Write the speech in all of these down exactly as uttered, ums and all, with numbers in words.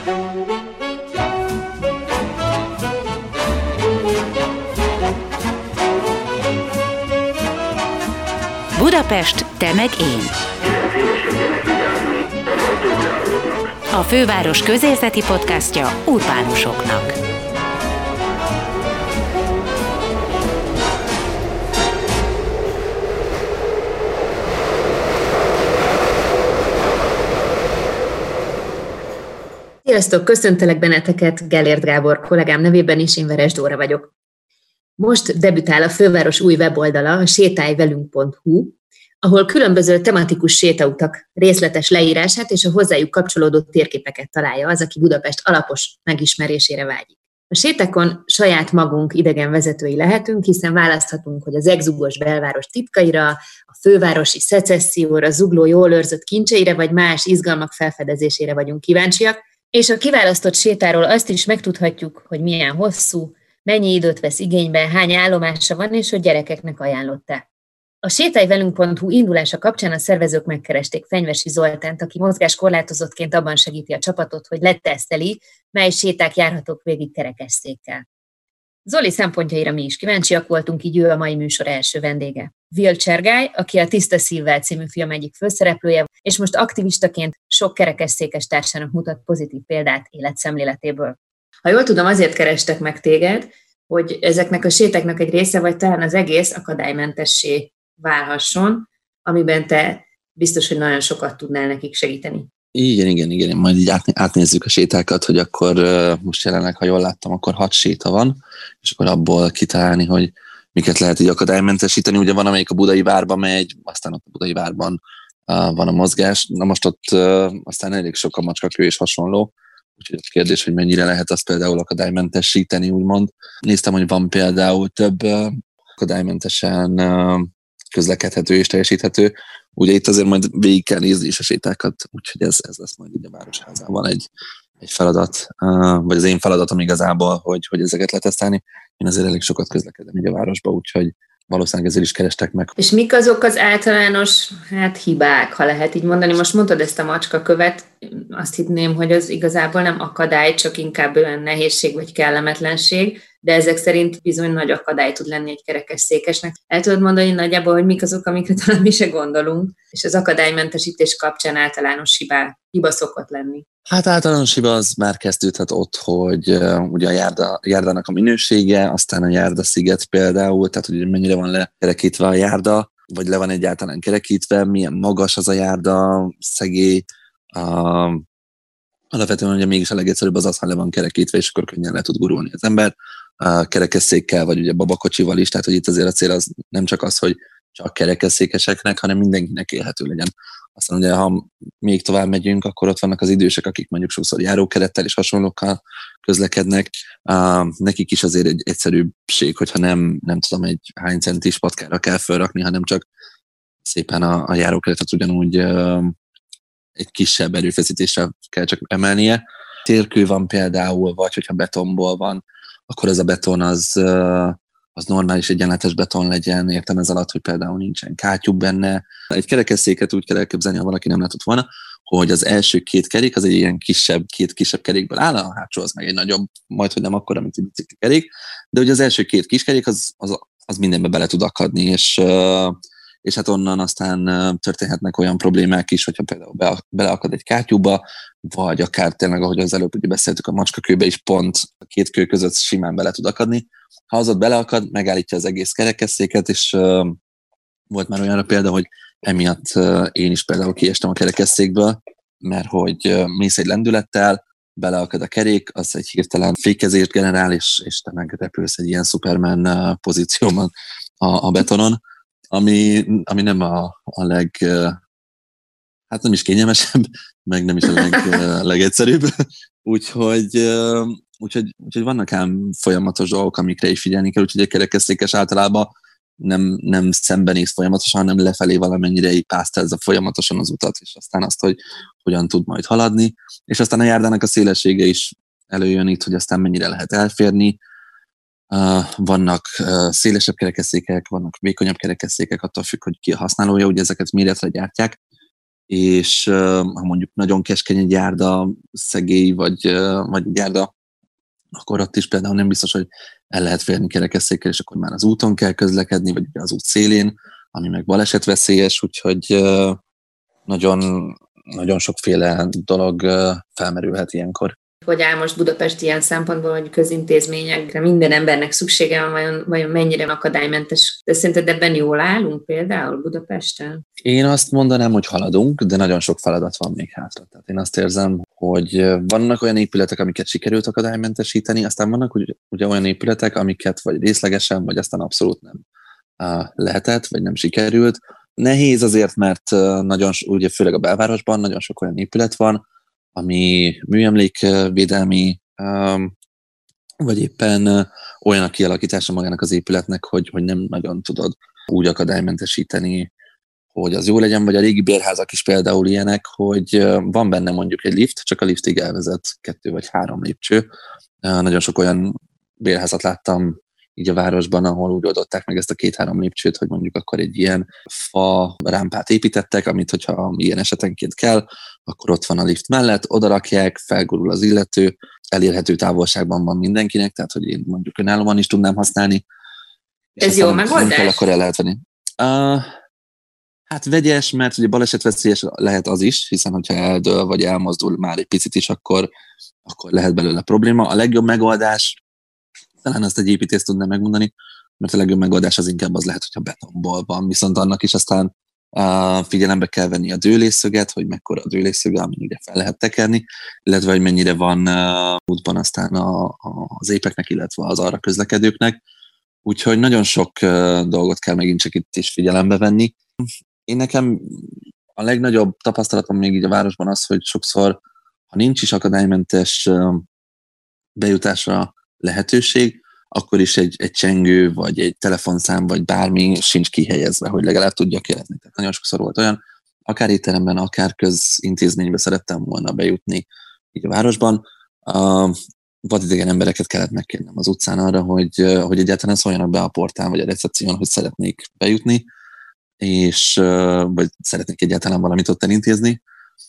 Budapest, te meg én. A főváros közérzeti podcastja urbánusoknak. Sziasztok, köszöntelek benneteket Gellért Gábor kollégám nevében is, én Veres Dóra vagyok. Most debütál a főváros új weboldala, a sétályvelünk pont hu, ahol különböző tematikus sétautak részletes leírását és a hozzájuk kapcsolódó térképeket találja az, aki Budapest alapos megismerésére vágyik. A sétákon saját magunk idegen vezetői lehetünk, hiszen választhatunk, hogy az egzugos belváros titkaira, a fővárosi szecesszióra, zugló jól őrzött kincseire, vagy más izgalmak felfedezésére vagyunk kíváncsiak, és a kiválasztott sétáról azt is megtudhatjuk, hogy milyen hosszú, mennyi időt vesz igénybe, hány állomása van, és hogy gyerekeknek ajánlott-e. A sétályvelünk pont hu indulása kapcsán a szervezők megkeresték Fenyvesi Zoltánt, aki mozgáskorlátozottként abban segíti a csapatot, hogy leteszteli, mely séták járhatók végig kerekesszékkel. Zoli szempontjaira mi is kíváncsiak voltunk, így ő a mai műsor első vendége. Will Csergály, aki a Tiszta szívvel című film egyik főszereplője, és most aktivistaként sok kerekesszékes társának mutat pozitív példát életszemléletéből. Ha jól tudom, azért kerestek meg téged, hogy ezeknek a sétáknak egy része, vagy talán az egész akadálymentessé válhasson, amiben te biztos, hogy nagyon sokat tudnál nekik segíteni. Igen, igen, igen. Majd így átnézzük a sétákat, hogy akkor most jelenleg, ha jól láttam, akkor hat séta van, és akkor abból kitalálni, hogy miket lehet így akadálymentesíteni. Ugye van, amelyik a Budai Várba megy, aztán ott a Budai Várban van a mozgás. Na most ott aztán elég sok a Macskakő és hasonló, úgyhogy a kérdés, hogy mennyire lehet azt például akadálymentesíteni, úgymond. Néztem, hogy van például több akadálymentesen közlekedhető és teljesíthető. Ugye itt azért majd végig kell nézni is a sétákat, úgyhogy ez, ez lesz majd így a Városházában egy, egy feladat, vagy az én feladatom igazából, hogy, hogy ezeket letesztelni. Én azért elég sokat közlekedem így a városba, úgyhogy valószínűleg ezért is kerestek meg. És mik azok az általános hát, hibák, ha lehet így mondani? Most mondtad ezt a macskakövet, azt hinném, hogy az igazából nem akadály, csak inkább olyan nehézség vagy kellemetlenség, de ezek szerint bizony nagy akadály tud lenni egy kerekesszékesnek. El tudod mondani nagyjából, hogy mik azok, amikre talán mi se gondolunk, és az akadálymentesítés kapcsán általános hibá, hiba szokott lenni? Hát általános hiba az már kezdődhet ott, hogy uh, ugye a járda, járdának a minősége, aztán a járdasziget például, tehát hogy mennyire van lekerekítve a járda, vagy le van egyáltalán kerekítve, milyen magas az a járda, szegély. Uh, alapvetően ugye mégis a legegyszerűbb az az, ha le van kerekítve, és akkor könnyen le tud gurulni az ember. Uh, kerekesszékkel, vagy ugye babakocsival is, tehát hogy itt azért a cél az nem csak az, hogy csak kerekesszékeseknek, hanem mindenkinek élhető legyen. Aztán ugye, ha még tovább megyünk, akkor ott vannak az idősek, akik mondjuk sokszor járókerettel és hasonlókkal közlekednek. Uh, nekik is azért egy egyszerűbbség, hogyha nem, nem tudom, egy hány centis patkára kell felrakni, hanem csak szépen a, a járókeretet ugyanúgy uh, egy kisebb erőfeszítésre kell csak emelnie. Térkő van például, vagy hogyha betonból van, akkor ez a beton az, uh, az normális egyenletes beton legyen, értem ez alatt, hogy például nincsen kátyú benne. Egy kerekesszéket úgy kell elképzelni, ha valaki nem látott volna, hogy az első két kerék az egy ilyen kisebb, két kisebb kerékből áll, a hátsó az meg egy nagyobb, majd hogy nem akkora, mint egy bicikli kerék, de ugye az első két kis kerék az, az, az mindenbe bele tud akadni, és, és hát onnan aztán történhetnek olyan problémák is, hogyha például be, beleakad egy kátyúba, vagy akár tényleg, ahogy az előbb ugye beszéltük, a macskakőbe is pont a két kő között simán bele tud akadni. Ha az ott beleakad, megállítja az egész kerekesszéket, és uh, volt már olyanra példa, hogy emiatt uh, én is például kiestem a kerekesszékből, mert hogy uh, mész egy lendülettel, beleakad a kerék, az egy hirtelen fékezést generál, és, és te megrepülsz egy ilyen Superman uh, pozícióban a, a betonon, ami, ami nem a, a leg... Uh, hát nem is kényelmesebb, meg nem is a leg, uh, legegyszerűbb. Úgyhogy... Uh, Úgyhogy, úgyhogy vannak ám folyamatos dolgok, amikre is figyelni kell, úgyhogy egy kerekesszékes általában nem, nem szembenéz folyamatosan, hanem lefelé valamennyire így pásztázza folyamatosan az utat, és aztán azt, hogy hogyan tud majd haladni. És aztán a járdának a szélessége is előjön itt, hogy aztán mennyire lehet elférni. Uh, vannak uh, szélesebb kerekesszékek, vannak vékonyabb kerekesszékek, attól függ, hogy ki a használója, ugye ezeket méretre gyártják. és ha mondjuk nagyon keskeny egy járda, szegély vagy, vagy egy járda, akkor ott is például nem biztos, hogy el lehet férni kerekesszékkel, és akkor már az úton kell közlekedni, vagy az út szélén, ami meg balesetveszélyes, úgyhogy nagyon, nagyon sokféle dolog felmerülhet ilyenkor. Hogy áll most Budapest ilyen szempontból, hogy közintézményekre minden embernek szüksége van, vajon, vajon mennyire akadálymentes? De szerinted ebben jól állunk például Budapesten? Én azt mondanám, hogy haladunk, de nagyon sok feladat van még hátra. Tehát én azt érzem, hogy vannak olyan épületek, amiket sikerült akadálymentesíteni, aztán vannak ugye, ugye olyan épületek, amiket vagy részlegesen, vagy aztán abszolút nem lehetett, vagy nem sikerült. Nehéz azért, mert nagyon, ugye főleg a belvárosban nagyon sok olyan épület van, ami műemlékvédelmi, vagy éppen olyan a kialakítása magának az épületnek, hogy, hogy nem nagyon tudod úgy akadálymentesíteni, hogy az jó legyen, vagy a régi bérházak is például ilyenek, hogy van benne mondjuk egy lift, csak a liftig elvezet kettő vagy három lépcső. Nagyon sok olyan bérházat láttam így a városban, ahol úgy oldották meg ezt a két-három lépcsőt, hogy mondjuk akkor egy ilyen fa rámpát építettek, amit hogyha ilyen esetenként kell, akkor ott van a lift mellett, odarakják, felgurul az illető, elérhető távolságban van mindenkinek, tehát hogy én mondjuk önállóan is tudnám használni. Ez jó megoldás? Nem kell, akkor el lehet venni. Uh, hát vegyes, mert ugye balesetveszélyes lehet az is, hiszen hogyha eldől vagy elmozdul már egy picit is, akkor, akkor lehet belőle probléma. A legjobb megoldás, talán azt egy építész tudná megmondani, mert a legjobb megoldás az inkább az lehet, hogyha betonból van, viszont annak is aztán uh, figyelembe kell venni a dőlésszöget, hogy mekkora a dőlésszöge, amin ugye fel lehet tekerni, illetve hogy mennyire van uh, útban aztán a, a, az épeknek, illetve az arra közlekedőknek. Úgyhogy nagyon sok uh, dolgot kell megint csak itt is figyelembe venni. Én nekem a legnagyobb tapasztalatom még így a városban az, hogy sokszor, ha nincs is akadálymentes uh, bejutásra lehetőség, akkor is egy, egy csengő, vagy egy telefonszám, vagy bármi sincs kihelyezve, hogy legalább tudjak jelezni. Tehát nagyon sokszor volt olyan, akár étteremben, akár közintézménybe szerettem volna bejutni így a városban. Uh, vadidegen embereket kellett megkérnem az utcán arra, hogy, hogy egyáltalán szóljanak be a portán, vagy a recepción, hogy szeretnék bejutni, és uh, vagy szeretnék egyáltalán valamit ott elintézni.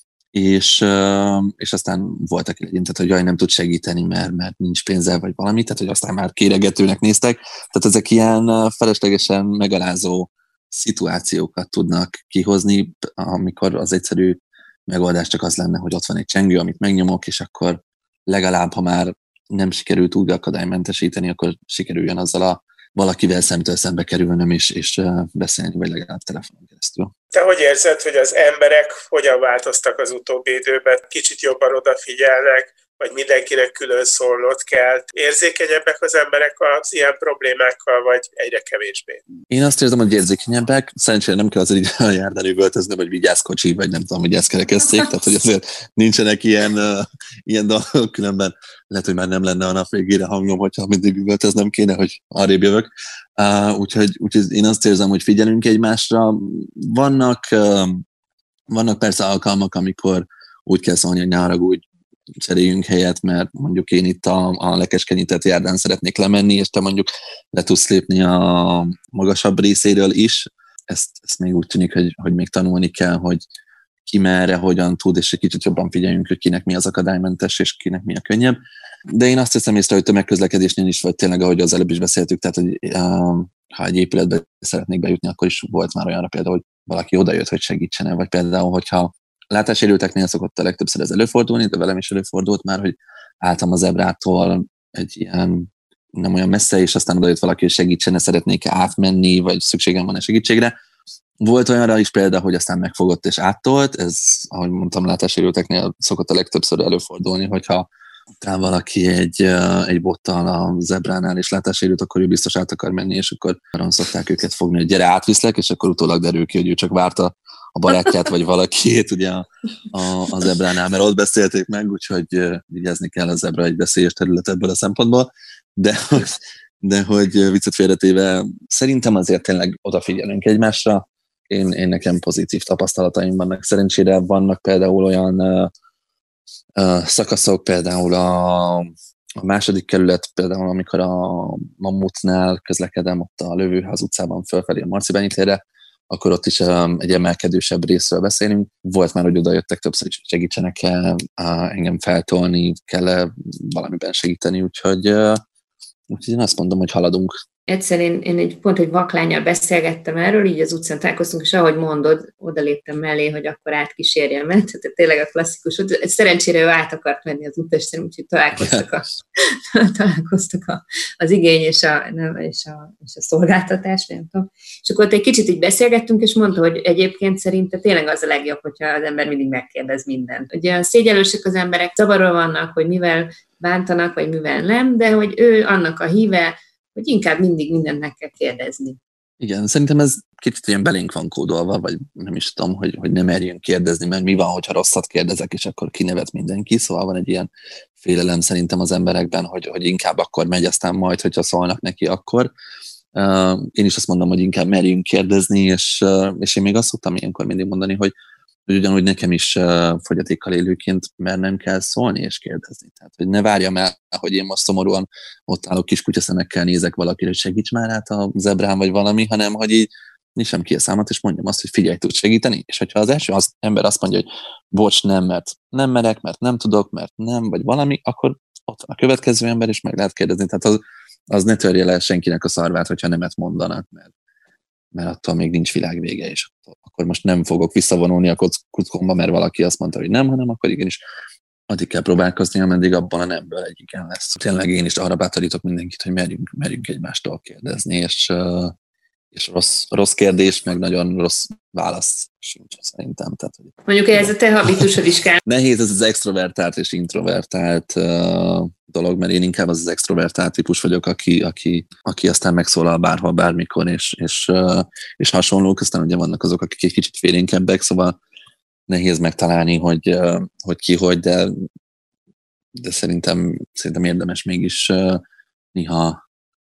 És, és aztán voltak legyintett, hogy jaj, nem tud segíteni, mert, mert nincs pénze, vagy valami, tehát hogy aztán már kéregetőnek néztek. Tehát ezek ilyen feleslegesen megalázó szituációkat tudnak kihozni, amikor az egyszerű megoldás csak az lenne, hogy ott van egy csengő, amit megnyomok, és akkor legalább, ha már nem sikerült úgy akadálymentesíteni, akkor sikerüljön azzal a valakivel szemtől szembe kerülnöm és, és beszélni, vagy legalább telefonon keresztül. Te hogy érzed, hogy az emberek hogyan változtak az utóbbi időben? Kicsit jobban odafigyelnek, vagy mindenkinek külön szólnod kell? Érzékenyebbek az emberek az ilyen problémákkal, vagy egyre kevésbé? Én azt érzem, hogy érzékenyebbek. Szerencsére nem kell azért a járdán üvöltözni, vagy vigyázkocsi, vagy nem tudom, vigyázkerekesszék, tehát hogy azért nincsenek ilyen, uh, ilyen dolgok, különben lehet, hogy már nem lenne a nap végére hangom, hogyha mindig üvöltöznem kéne, hogy arrébb jövök. Uh, úgyhogy, úgyhogy én azt érzem, hogy figyelünk egymásra. Vannak, uh, vannak persze alkalmak, amikor úgy kell szólni, hogy ne haragudj, cseréljünk helyet, mert mondjuk én itt a, a lekeskenyített járdán szeretnék lemenni, és te mondjuk le tudsz lépni a magasabb részéről is. Ezt, ezt még úgy tűnik, hogy, hogy még tanulni kell, hogy ki merre, hogyan tud, és egy kicsit jobban figyeljünk, hogy kinek mi az akadálymentes, és kinek mi a könnyebb. De én azt hiszem észre, hogy tömegközlekedésnél is, vagy tényleg, ahogy az előbb is beszéltük, tehát, hogy ha egy épületbe szeretnék bejutni, akkor is volt már olyanra például, hogy valaki odajött, hogy segítsene, vagy például, hogyha látássérülteknél szokott a legtöbbször ez előfordulni, de velem is előfordult már, hogy álltam az zebrától egy ilyen nem olyan messze, és aztán odajött valaki, hogy segítsene, szeretnék átmenni, vagy szükségem van a segítségre. Volt olyanra is példa, hogy aztán megfogott és áttolt, ez, ahogy mondtam, látássérülteknél szokott a legtöbbször előfordulni, hogyha utána valaki egy, egy bottal a zebránál és látássérült, akkor ő biztos át akar menni, és akkor arra szokták őket fogni, hogy gyere, átviszlek, és akkor utólag derül ki, hogy ő csak várta a barátját, vagy valakit ugye a, a, a zebránál, mert ott beszélték meg, úgyhogy vigyázni kell a zebra egy veszélyes terület ebből a szempontból, de, de hogy viccet félretéve, szerintem azért tényleg odafigyelünk egymásra. Én, én nekem pozitív tapasztalataim vannak. Szerencsére vannak például olyan uh, uh, szakaszok, például a, a második kerület, például amikor a Mammutnál közlekedem, ott a Lövőház utcában fölfelé a Marcibányi térre, akkor ott is egy emelkedősebb részről beszélünk. Volt már, hogy oda jöttek többször is, hogy segítsenek el engem feltolni, kell valamiben segíteni, úgyhogy, úgyhogy én azt mondom, hogy haladunk. Egyszer én, én egy pont egy vaklánnyal beszélgettem erről, így az utcán találkoztunk, és ahogy mondod, oda léptem mellé, hogy akkor átkísérjem, mert tehát tényleg a klasszikus, szerencsére ő át akart menni az úttesten, úgyhogy találkoztak, a, találkoztak a, az igény és a, nem, és, a, és a szolgáltatás, nem tudom. És akkor ott egy kicsit így beszélgettünk, és mondta, hogy egyébként szerinte tényleg az a legjobb, hogyha az ember mindig megkérdez mindent. Ugye szégyellősek az emberek, zavarról vannak, hogy mivel bántanak, vagy mivel nem, de hogy ő annak a híve, hogy inkább mindig mindent meg kell kérdezni. Igen, szerintem ez kicsit ilyen belénk van kódolva, vagy nem is tudom, hogy, hogy nem merjünk kérdezni, mert mi van, hogyha rosszat kérdezek, és akkor kinevet mindenki, szóval van egy ilyen félelem szerintem az emberekben, hogy, hogy inkább akkor megy, aztán majd, hogyha szólnak neki, akkor. Uh, én is azt mondom, hogy inkább merjünk kérdezni, és, uh, és én még azt szoktam ilyenkor mindig mondani, hogy hogy ugyanúgy nekem is uh, fogyatékkal élőként mernem kell szólni és kérdezni. Tehát, hogy ne várjam el, hogy én most szomorúan ott állok kis kutyaszemekkel, nézek valakire, hogy segíts már át a zebrán, vagy valami, hanem hogy így nyissam ki a számat, és mondjam azt, hogy figyelj, tudsz segíteni. És hogyha az első az ember azt mondja, hogy bocs, nem, mert nem merek, mert nem tudok, mert nem, vagy valami, akkor ott van a következő ember, és meg lehet kérdezni. Tehát az, az ne törje le senkinek a szarvát, hogyha nemet mondanak, mert mert attól még nincs világvége, és akkor most nem fogok visszavonulni a kockomba, mert valaki azt mondta, hogy nem, hanem akkor igenis addig kell próbálkozni, ameddig abban a nemből egy igen lesz. Tényleg én is arra bátorítok mindenkit, hogy merjünk, merjünk egymástól kérdezni, és, és rossz, rossz kérdés, meg nagyon rossz válasz sincs szerintem. Tehát, hogy mondjuk ez a te habitusod is kell. Nehéz ez az extrovertált és introvertált uh, dolog, mert én inkább az, az extrovertált típus vagyok, aki, aki, aki aztán megszólal bárhol, bármikor, és, és, uh, és hasonlók. Aztán ugye vannak azok, akik egy kicsit félénkebbek, szóval nehéz megtalálni, hogy, uh, hogy ki hogy, de, de szerintem, szerintem érdemes mégis uh, néha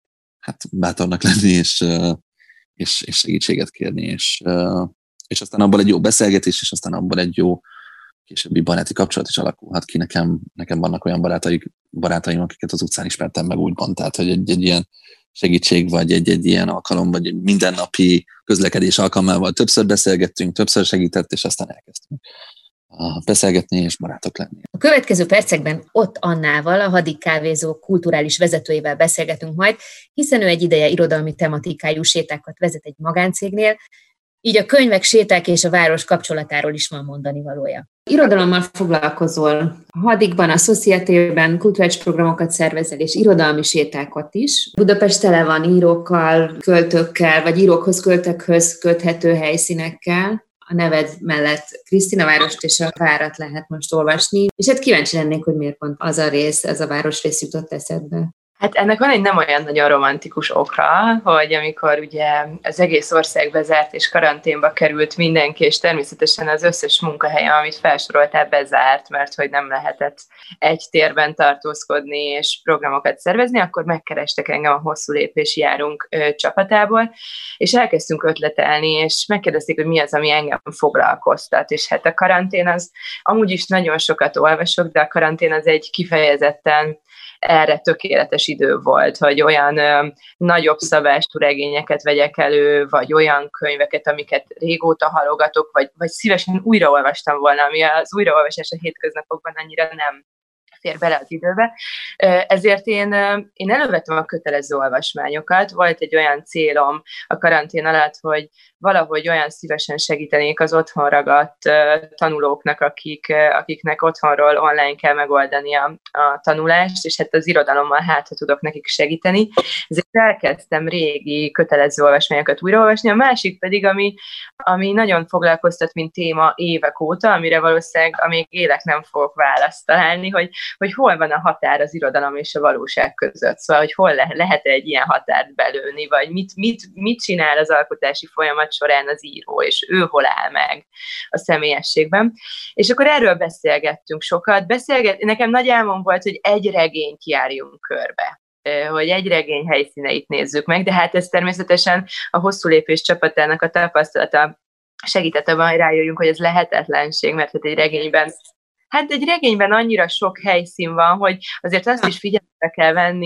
hát bátornak lenni, és, uh, és, és segítséget kérni, és, uh, és aztán abból egy jó beszélgetés, és aztán abból egy jó későbbi baráti kapcsolat is alakulhat ki. Nekem, nekem vannak olyan barátaik, barátaim, akiket az utcán ismertem meg úgymond, tehát hogy egy, egy ilyen segítség, vagy egy, egy ilyen alkalom, vagy egy mindennapi közlekedés alkalmával többször beszélgettünk, többször segített, és aztán elkezdtünk beszélgetni és barátok lenni. A következő percekben Ott Annával, a Hadik kávézó kulturális vezetőjével beszélgetünk majd, hiszen ő egy ideje irodalmi tematikájú sétákat vezet egy magáncégnél, így a könyvek, séták és a város kapcsolatáról is van mondani valója. Irodalommal foglalkozol. A Hadikban, a Szocietében kulturális programokat szervezel, és irodalmi sétákat is. Budapest tele van írókkal, költőkkel, vagy írókhoz, költőkhöz köthető helyszínekkel. A neved mellett Krisztinavárost és a várat lehet most olvasni. És hát kíváncsi lennék, hogy miért pont az a rész, ez a városrész jutott eszedbe. Hát ennek van egy nem olyan nagyon romantikus oka, hogy amikor ugye az egész ország bezárt és karanténba került mindenki, és természetesen az összes munkahelyem, amit felsoroltál, bezárt, mert hogy nem lehetett egy térben tartózkodni és programokat szervezni, akkor megkerestek engem a Hosszú Lépés Járunk ö, csapatából, és elkezdtünk ötletelni, és megkérdezték, hogy mi az, ami engem foglalkoztat. És hát a karantén az, amúgy is nagyon sokat olvasok, de a karantén az egy kifejezetten erre tökéletes idő volt, hogy olyan ö, nagyobb szabású regényeket vegyek elő, vagy olyan könyveket, amiket régóta halogatok, vagy, vagy szívesen újraolvastam volna, ami az újraolvasás a hétköznapokban annyira nem fér bele az időbe. Ezért én, én elővettem a kötelező olvasmányokat. Volt egy olyan célom a karantén alatt, hogy valahogy olyan szívesen segítenék az otthon ragadt tanulóknak, akik, akiknek otthonról online kell megoldani a, a tanulást, és hát az irodalommal hát, ha tudok nekik segíteni. Ezért elkezdtem régi kötelező olvasmányokat újraolvasni. A másik pedig, ami, ami nagyon foglalkoztat, mint téma évek óta, amire valószínűleg amíg élek nem fogok választ találni, hogy hogy hol van a határ az irodalom és a valóság között. Szóval, hogy hol le- lehet egy ilyen határt belőni, vagy mit, mit, mit csinál az alkotási folyamat során az író, és ő hol áll meg a személyességben. És akkor erről beszélgettünk sokat. Beszélget... Nekem nagy álmom volt, hogy egy regényt járjunk körbe, hogy egy regény helyszíneit nézzük meg, de hát ez természetesen a Hosszú Lépés csapatának a tapasztalata segített abban, hogy rájöjjünk, hogy ez lehetetlenség, mert hát egy regényben Hát egy regényben annyira sok helyszín van, hogy azért azt is figyelembe kell venni,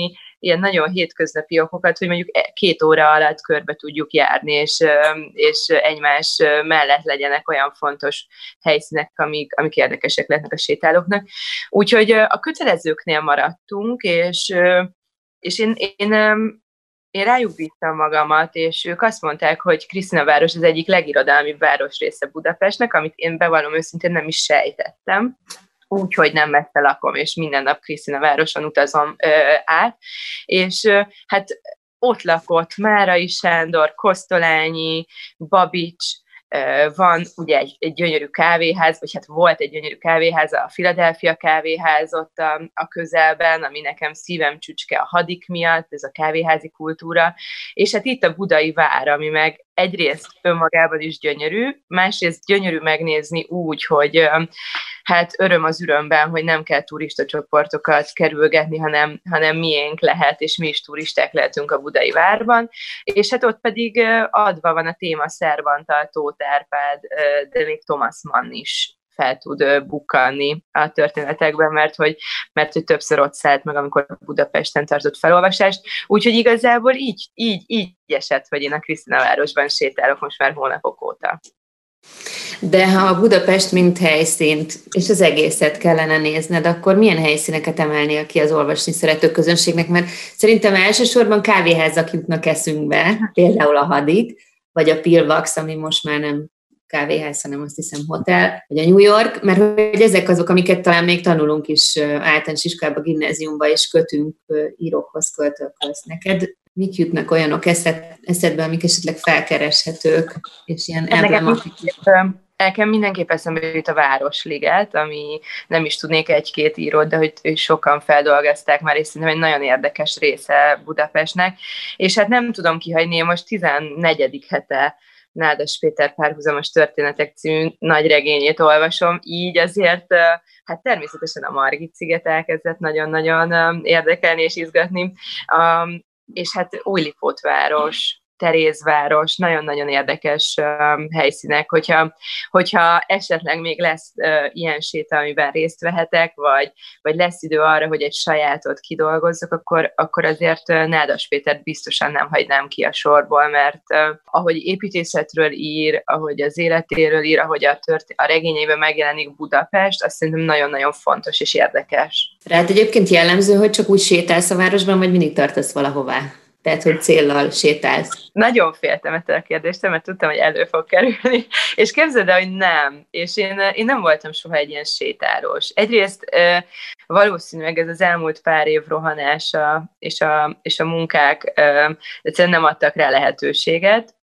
ilyen nagyon hétköznapi okokat, hogy mondjuk két óra alatt körbe tudjuk járni, és, és egymás mellett legyenek olyan fontos helyszínek, amik, amik érdekesek lehetnek a sétálóknak. Úgyhogy a kötelezőknél maradtunk, és, és én, én, én rájuk bíztam magamat, és ők azt mondták, hogy Krisztinaváros az egyik legirodalmibb városrésze Budapestnek, amit én bevallom őszintén nem is sejtettem. Úgyhogy nem messze lakom, és minden nap Krisztinavároson utazom ö, át, és ö, hát ott lakott Márai Sándor, Kosztolányi, Babics, ö, van ugye egy, egy gyönyörű kávéház, vagy hát volt egy gyönyörű kávéház, a Philadelphia kávéház ott a, a közelben, ami nekem szívem csücske a Hadik miatt, ez a kávéházi kultúra, és hát itt a budai vár, ami meg egyrészt önmagában is gyönyörű, másrészt gyönyörű megnézni úgy, hogy hát öröm az ürömben, hogy nem kell turistacsoportokat kerülgetni, hanem, hanem miénk lehet, és mi is turisták lehetünk a budai várban, és hát ott pedig adva van a téma Szervanta, Tóth Árpád, de még Thomas Mann is fel tud bukkanni a történetekben, mert hogy, mert hogy többször ott szállt meg, amikor Budapesten tartott felolvasást. Úgyhogy igazából így, így, így esett, hogy én a Krisztinavárosban sétálok most már hónapok óta. De ha a Budapest mint helyszínt, és az egészet kellene nézned, akkor milyen helyszíneket emelnél ki az olvasni szerető közönségnek? Mert szerintem elsősorban kávéházak jutnak eszünkbe, például a Hadik, vagy a Pillvax, ami most már nem kávéház, hanem azt hiszem hotel, vagy a New York, mert hogy ezek azok, amiket talán még tanulunk is általános iskolába, gimnáziumba, és kötünk írókhoz, költőkhöz. Neked mik jutnak olyanok eszed, eszedbe, amik esetleg felkereshetők, és ilyen emblematikus? Nekem mindenképp eszembe jut a Városliget, ami nem is tudnék egy-két írót, de hogy sokan feldolgozták már, és szerintem egy nagyon érdekes része Budapestnek. És hát nem tudom kihagyni, én most tizennegyedik hete Nádas Péter Párhuzamos történetek című nagy regényét olvasom, így azért hát természetesen a Margit-sziget elkezdett nagyon-nagyon érdekelni és izgatni, és hát Újlipótváros, Terézváros, nagyon-nagyon érdekes uh, helyszínek, hogyha, hogyha esetleg még lesz uh, ilyen séta, amiben részt vehetek, vagy, vagy lesz idő arra, hogy egy sajátot kidolgozzak, akkor, akkor azért uh, Nádas Pétert biztosan nem hagynám ki a sorból, mert uh, ahogy építészetről ír, ahogy az életéről ír, ahogy a, tört- a regényeiben megjelenik Budapest, azt szerintem nagyon-nagyon fontos és érdekes. Rád egyébként jellemző, hogy csak úgy sétálsz a városban, vagy mindig tartasz valahová? Tehát, hogy céllal sétálsz. Nagyon féltem ettől a kérdéstől, mert tudtam, hogy elő fog kerülni, és képzeld el, hogy nem. És én, én nem voltam soha egy ilyen sétálós. Egyrészt valószínűleg ez az elmúlt pár év rohanása és a, és a munkák egyszerűen nem adtak rá lehetőséget.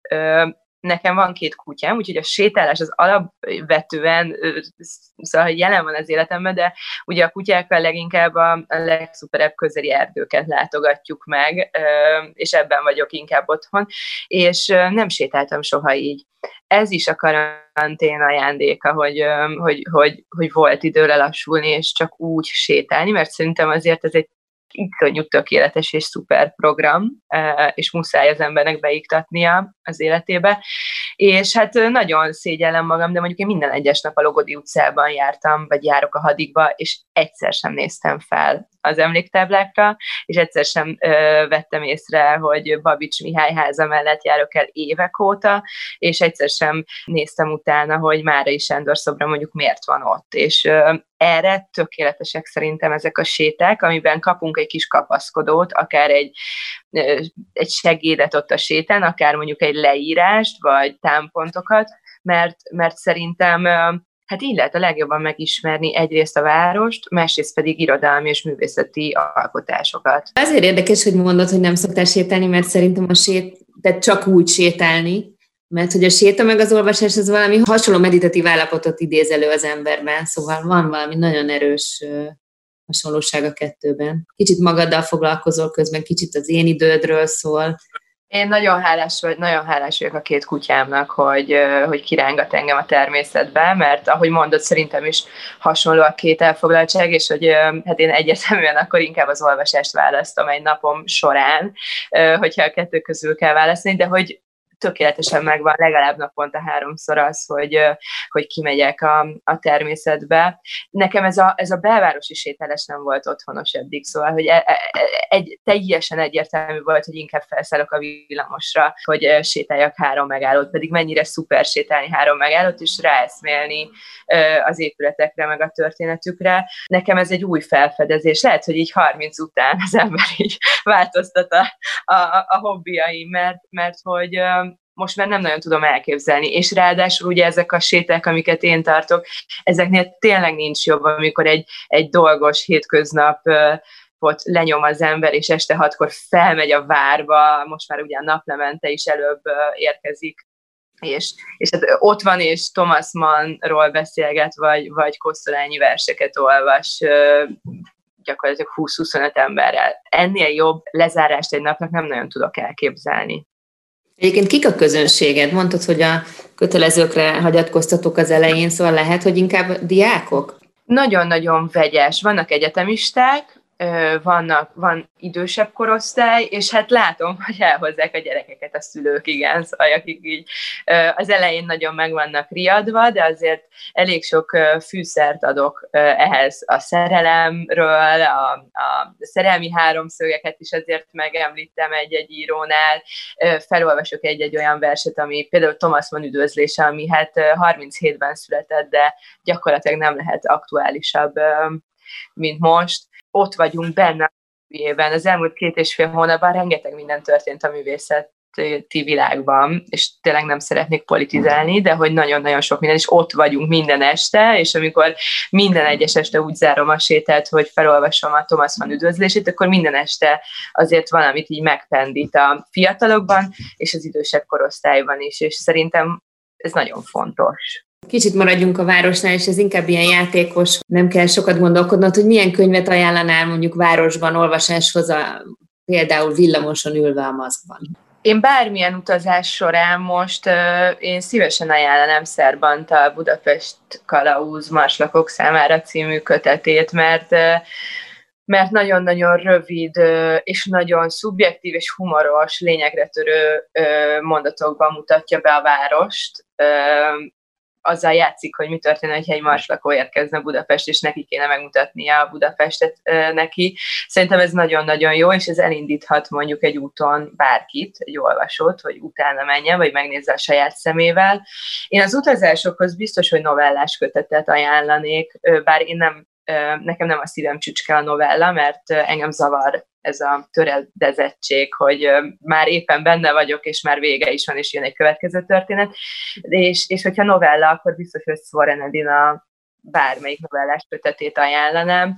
Nekem van két kutyám, úgyhogy a sétálás az alapvetően szóval jelen van az életemben, de ugye a kutyákkal leginkább a, a legszuperebb közeli erdőket látogatjuk meg, és ebben vagyok inkább otthon, és nem sétáltam soha így. Ez is a karantén ajándéka, hogy, hogy, hogy, hogy volt idő lelassulni, és csak úgy sétálni, mert szerintem azért ez egy iszonyú tökéletes és szuper program, és muszáj az embernek beiktatnia az életébe. És hát nagyon szégyellem magam, de mondjuk én minden egyes nap a Logodi utcában jártam, vagy járok a Hadikba, és egyszer sem néztem fel az emléktáblákra, és egyszer sem ö, vettem észre, hogy Babics Mihály háza mellett járok el évek óta, és egyszer sem néztem utána, hogy Márai Sándor szobra mondjuk miért van ott. És ö, erre tökéletesek szerintem ezek a séták, amiben kapunk egy kis kapaszkodót, akár egy, ö, egy segédet ott a sétán, akár mondjuk egy leírást, vagy támpontokat, mert, mert szerintem ö, hát így lehet a legjobban megismerni egyrészt a várost, másrészt pedig irodalmi és művészeti alkotásokat. Azért érdekes, hogy mondod, hogy nem szoktál sétálni, mert szerintem a sét, tehát csak úgy sétálni, mert hogy a séta meg az olvasás az valami hasonló meditatív állapotot idéz elő az emberben, szóval van valami nagyon erős hasonlóság a kettőben. Kicsit magaddal foglalkozol közben, kicsit az én idődről szól. Én nagyon hálás vagy, nagyon hálás vagyok a két kutyámnak, hogy, hogy kirángat engem a természetbe, mert ahogy mondod, szerintem is hasonló a két elfoglaltság, és hogy hát én egyértelműen akkor inkább az olvasást választom egy napom során, hogyha a kettő közül kell választani, de hogy tökéletesen megvan, legalább naponta háromszor az, hogy, hogy kimegyek a, a természetbe. Nekem ez a, ez a belvárosi sétálás nem volt otthonos eddig, szóval, hogy egy, teljesen egyértelmű volt, hogy inkább felszállok a villamosra, hogy sétáljak három megállót, pedig mennyire szuper sétálni három megállót, és ráeszmélni az épületekre, meg a történetükre. Nekem ez egy új felfedezés. Lehet, hogy így harminc után az ember így változtat a, a, a hobbiaim, mert, mert hogy most már nem nagyon tudom elképzelni, és ráadásul ugye ezek a séták, amiket én tartok, ezeknél tényleg nincs jobb, amikor egy, egy dolgos hétköznap ott lenyom az ember, és este hatkor felmegy a várba, most már ugye a naplemente is előbb érkezik, és, és hát ott van, és Thomas Mannról beszélget, vagy, vagy Kosztolányi verseket olvas, gyakorlatilag húsz-huszonöt emberrel. Ennél jobb lezárást egy napnak nem nagyon tudok elképzelni. Egyébként kik a közönséged? Mondtad, hogy a kötelezőkre hagyatkoztatok az elején, szóval lehet, hogy inkább diákok? Nagyon-nagyon vegyes. Vannak egyetemisták, vannak, van idősebb korosztály, és hát látom, hogy elhozzák a gyerekeket a szülők, igen, szóval akik így az elején nagyon meg vannak riadva, de azért elég sok fűszert adok ehhez a szerelemről, a, a szerelmi háromszögeket is azért megemlítem egy-egy írónál, felolvasok egy-egy olyan verset, ami például Thomas Mann üdvözlése, ami hát harminchétben született, de gyakorlatilag nem lehet aktuálisabb, mint most. Ott vagyunk benne a művében. Az elmúlt két és fél hónapban rengeteg minden történt a művészeti világban, és tényleg nem szeretnék politizálni, de hogy nagyon-nagyon sok minden, és ott vagyunk minden este, és amikor minden egyes este úgy zárom a sétát, hogy felolvasom a Thomas Mann üdvözlését, akkor minden este azért valamit így megpendít a fiatalokban, és az idősebb korosztályban is, és szerintem ez nagyon fontos. Kicsit maradjunk a városnál, és ez inkább ilyen játékos, nem kell sokat gondolkodnod, hogy milyen könyvet ajánlanál mondjuk városban olvasáshoz, a, például villamoson ülve a maszkban. Én bármilyen utazás során most uh, én szívesen ajánlanám Szerbant a Budapest Kalauz Marslakok számára című kötetét, mert uh, mert nagyon-nagyon rövid és nagyon szubjektív és humoros, lényegre törő mondatokban mutatja be a várost. Azzal játszik, hogy mi történne, hogyha egy marslakó érkezne Budapest, és neki kéne megmutatnia a Budapestet neki. Szerintem ez nagyon-nagyon jó, és ez elindíthat mondjuk egy úton bárkit, egy olvasót, hogy utána menjen, vagy megnézze a saját szemével. Én az utazásokhoz biztos, hogy novellás kötetet ajánlanék, bár én nem nekem nem a szívem csücske a novella, mert engem zavar ez a töredezettség, hogy már éppen benne vagyok, és már vége is van, és jön egy következő történet. És, és hogyha novella, akkor biztos, hogy Warren Edina bármelyik novellás kötetét ajánlanám.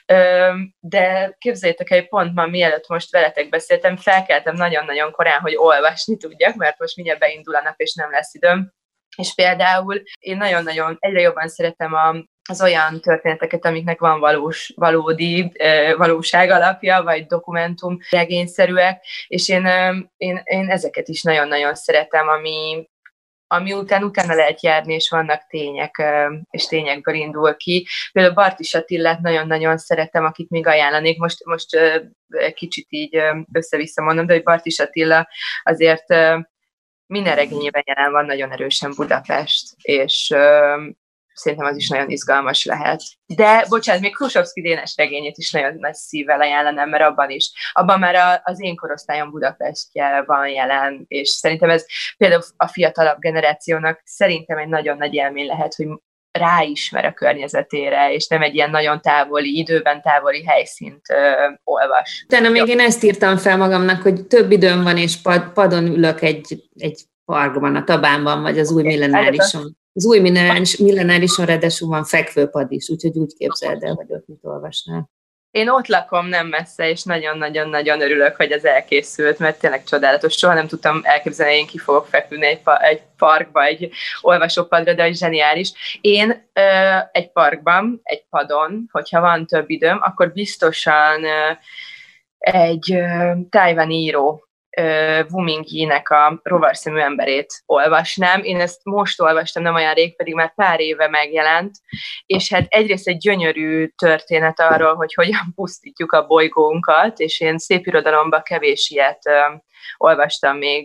De képzeljétek el, pont ma, mielőtt most veletek beszéltem, felkeltem nagyon-nagyon korán, hogy olvasni tudjak, mert most mindjárt beindul a nap, és nem lesz időm. És például én nagyon-nagyon egyre jobban szeretem a az olyan történeteket, amiknek van valós, valódi valóság alapja, vagy dokumentum regényszerűek, és én, én, én ezeket is nagyon-nagyon szeretem, ami, ami után utána lehet járni, és vannak tények, és tényekből indul ki. Például Bartis Attilát nagyon-nagyon szeretem, akit még ajánlanék. Most, most kicsit így össze-vissza mondom, de hogy Bartis Attila azért minden regényében jelen van nagyon erősen Budapest, és szerintem az is nagyon izgalmas lehet. De, bocsánat, még Krusovszky Dénes regényét is nagyon nagy szívvel ajánlanám, mert abban is, abban már az én korosztályom Budapestje van jelen, és szerintem ez például a fiatalabb generációnak szerintem egy nagyon nagy élmény lehet, hogy ráismer a környezetére, és nem egy ilyen nagyon távoli, időben távoli helyszínt ö, olvas. Utána még én ezt írtam fel magamnak, hogy több időm van, és pad, padon ülök egy, egy parkban, a Tabánban, vagy az új millenárison. Az új millenáris, millenárison ráadásul van fekvőpad is, úgyhogy úgy képzeld el, hogy ott mit olvasnál. Én ott lakom nem messze, és nagyon-nagyon-nagyon örülök, hogy ez elkészült, mert tényleg csodálatos. Soha nem tudtam elképzelni, hogy én ki fogok feküdni egy, pa- egy parkba, egy olvasópadra, de egy zseniális. Én ö, egy parkban, egy padon, hogyha van több időm, akkor biztosan ö, egy ö, tájvani író, Wu Mingyi-nek a Rovarszemű emberét olvasnám. Én ezt most olvastam, nem olyan rég, pedig már pár éve megjelent, és hát egyrészt egy gyönyörű történet arról, hogy hogyan pusztítjuk a bolygónkat, és én szépirodalomban kevés ilyet ö, olvastam még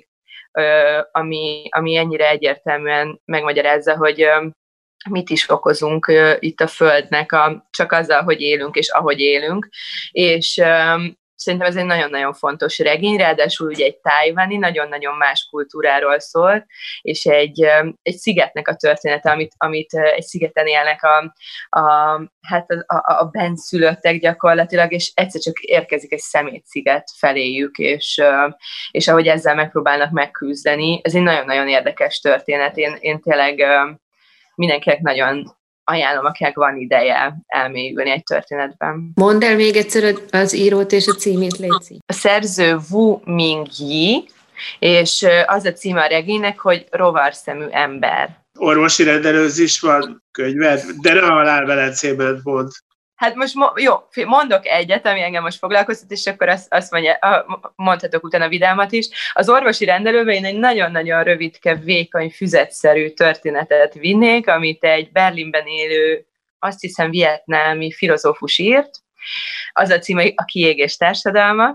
ami, ami ennyire egyértelműen megmagyarázza, hogy mit is okozunk itt a Földnek, a, csak azzal, hogy élünk, és ahogy élünk, és szerintem ez egy nagyon-nagyon fontos regény, ráadásul ugye egy tájvani, nagyon-nagyon más kultúráról szól, és egy, egy szigetnek a története, amit, amit egy szigeten élnek a, a, hát a, a, a benszülöttek gyakorlatilag, és egyszer csak érkezik egy szemétsziget feléjük, és, és ahogy ezzel megpróbálnak megküzdeni. Ez egy nagyon-nagyon érdekes történet. Én, én tényleg mindenkinek nagyon ajánlom, akinek van ideje elmélyülni egy történetben. Mondd el még egyszer az írót és a címét, légy. A szerző Wu Mingyi, és az a címe a regénynek, hogy Rovarszemű ember. Orvosi rendelőzés van könyved, de nem a Halálvelencében mond. Hát most mo- jó, mondok egyet, ami engem most foglalkoztat, és akkor azt, azt mondja, mondhatok utána vidámat is. Az orvosi rendelőben én egy nagyon-nagyon rövidke, vékony, füzetszerű történetet vinnék, amit egy Berlinben élő, azt hiszem vietnámi filozófus írt. Az a címe, a kiégés társadalma,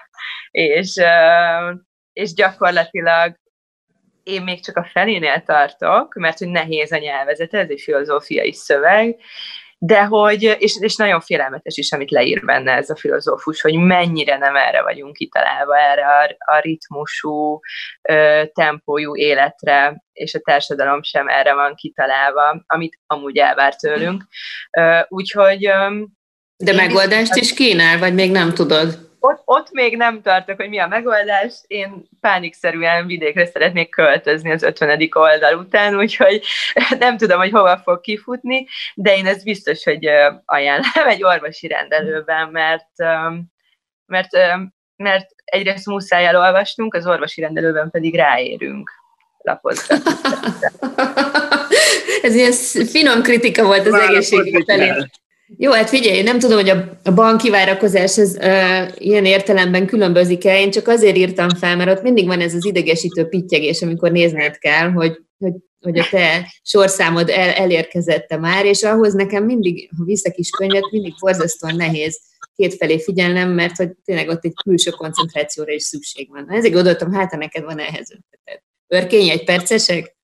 és, és gyakorlatilag én még csak a felénél tartok, mert hogy nehéz a nyelvezete, ez egy filozófiai szöveg, de hogy, és, és nagyon félelmetes is, amit leír benne ez a filozófus, hogy mennyire nem erre vagyunk kitalálva, erre a, a ritmusú, ö, tempójú életre, és a társadalom sem erre van kitalálva, amit amúgy elvár tőlünk. Ö, úgyhogy... Ö, de megoldást is kínál, vagy még nem tudod? Ott, ott még nem tartok, hogy mi a megoldás. Én pánikszerűen vidékre szeretnék költözni az ötvenedik oldal után, úgyhogy nem tudom, hogy hova fog kifutni, de én ez biztos, hogy ajánlom egy orvosi rendelőben, mert, mert, mert egyrészt muszáj elolvasnunk, az orvosi rendelőben pedig ráérünk lapozgatni. Ez ilyen finom kritika volt az egészségügy felé. Jó, hát figyelj, nem tudom, hogy a, a banki várakozás ez uh, ilyen értelemben különbözik-e, én csak azért írtam fel, mert ott mindig van ez az idegesítő pittyegés, amikor nézned kell, hogy, hogy, hogy a te sorszámod el, elérkezette már, és ahhoz nekem mindig, ha viszek is könyvet, mindig borzasztóan nehéz kétfelé figyelnem, mert hogy tényleg ott egy külső koncentrációra is szükség van. Ezért gondoltam, hát ha neked van ehhez ötleted. Örkény egy percesek?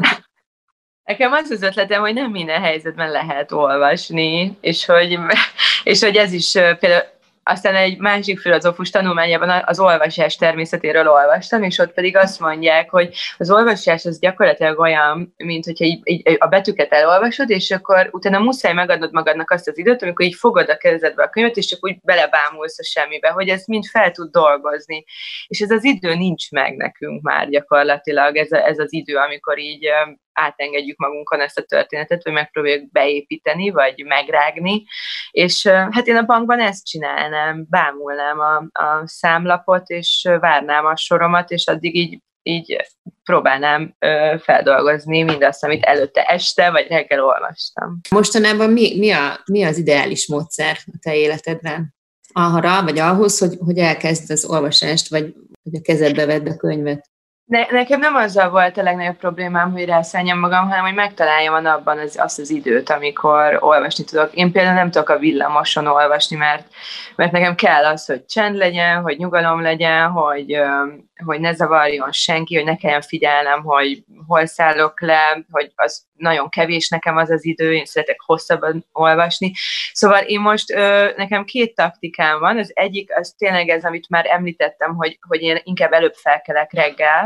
Nekem az az ötletem, hogy nem minden helyzetben lehet olvasni, és hogy, és hogy ez is például aztán egy másik filozófus tanulmányában az olvasás természetéről olvastam, és ott pedig azt mondják, hogy az olvasás az gyakorlatilag olyan, mint hogyha így, így a betűket elolvasod, és akkor utána muszáj megadnod magadnak azt az időt, amikor így fogod a kezedbe a könyvet, és csak úgy belebámulsz a semmibe, hogy ez mind fel tud dolgozni. És ez az idő nincs meg nekünk már gyakorlatilag, ez, a, ez az idő, amikor így átengedjük magunkon ezt a történetet, vagy megpróbáljuk beépíteni, vagy megrágni, és hát én a bankban ezt csinálnám, bámulnám a, a számlapot, és várnám a soromat, és addig így, így próbálnám ö, feldolgozni mindazt, amit előtte este, vagy reggel olvastam. Mostanában mi, mi, a, mi az ideális módszer a te életedben? Arra, vagy ahhoz, hogy, hogy elkezd az olvasást, vagy hogy a kezedbe vedd a könyvet? Ne, nekem nem azzal volt a legnagyobb problémám, hogy rászálljam magam, hanem hogy megtaláljam a napban az, azt az időt, amikor olvasni tudok. Én például nem tudok a villamoson olvasni, mert, mert nekem kell az, hogy csend legyen, hogy nyugalom legyen, hogy, hogy ne zavarjon senki, hogy ne kelljen figyelnem, hogy hol szállok le, hogy az nagyon kevés nekem az az idő, én szeretek hosszabban olvasni. Szóval én most, nekem két taktikám van, az egyik az tényleg ez, amit már említettem, hogy, hogy én inkább előbb felkelek reggel,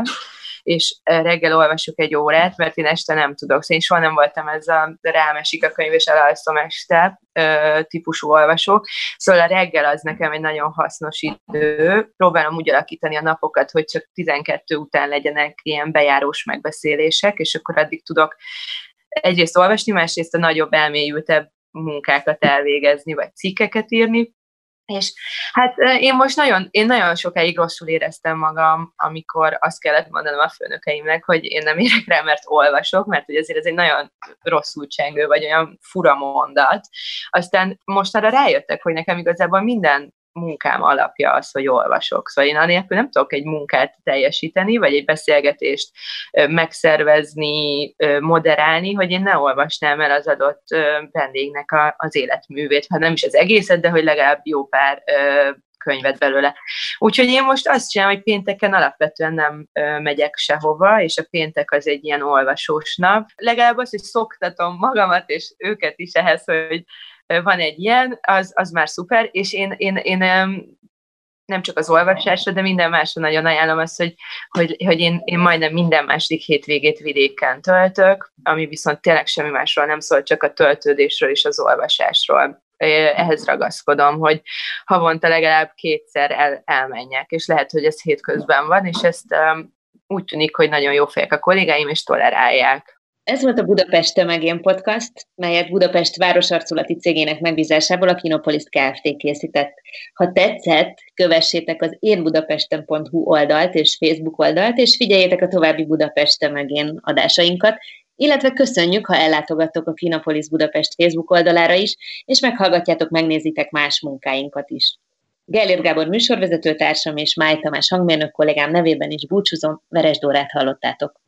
és reggel olvasok egy órát, mert én este nem tudok. Szóval én soha nem voltam ez a rám esik a könyv, és elalszom este típusú olvasó. Szóval a reggel az nekem egy nagyon hasznos idő. Próbálom úgy alakítani a napokat, hogy csak tizenkettő után legyenek ilyen bejárós megbeszélések, és akkor addig tudok egyrészt olvasni, másrészt a nagyobb, elmélyültebb munkákat elvégezni, vagy cikkeket írni. És hát én most nagyon, én nagyon sokáig rosszul éreztem magam, amikor azt kellett mondanom a főnökeimnek, hogy én nem érek rá, mert olvasok, mert hogy azért ez egy nagyon rosszul csengő, vagy olyan fura mondat. Aztán mostanra rájöttek, hogy nekem igazából minden munkám alapja az, hogy olvasok. Szóval én anélkül nem tudok egy munkát teljesíteni, vagy egy beszélgetést megszervezni, moderálni, hogy én ne olvasnám el az adott vendégnek a, az életművét, ha nem is az egészet, de hogy legalább jó pár könyvet belőle. Úgyhogy én most azt csinálom, hogy pénteken alapvetően nem ö, megyek sehova, és a péntek az egy ilyen olvasós nap. Legalább az, hogy szoktatom magamat, és őket is ehhez, hogy van egy ilyen, az, az már szuper, és én, én, én nem csak az olvasásra, de minden másra nagyon ajánlom azt, hogy, hogy, hogy én, én majdnem minden második hétvégét vidéken töltök, ami viszont tényleg semmi másról nem szól, csak a töltődésről és az olvasásról. Ehhez ragaszkodom, hogy havonta legalább kétszer el, elmenjek, és lehet, hogy ez hétközben van, és ezt um, úgy tűnik, hogy nagyon jó fejek a kollégáim, és tolerálják. Ez volt a Budapest Tömegén podcast, melyet Budapest városarculati cégének megbízásából a Kinopolis Kft. Készített. Ha tetszett, kövessétek az én budapesten pont hu oldalt és Facebook oldalt, és figyeljétek a további Budapest Tömegén adásainkat, illetve köszönjük, ha ellátogattok a Kinopolis Budapest Facebook oldalára is, és meghallgatjátok, megnézitek más munkáinkat is. Gellért Gábor műsorvezetőtársam és Máj Tamás hangmérnök kollégám nevében is búcsúzom, Veres Dórát hallottátok.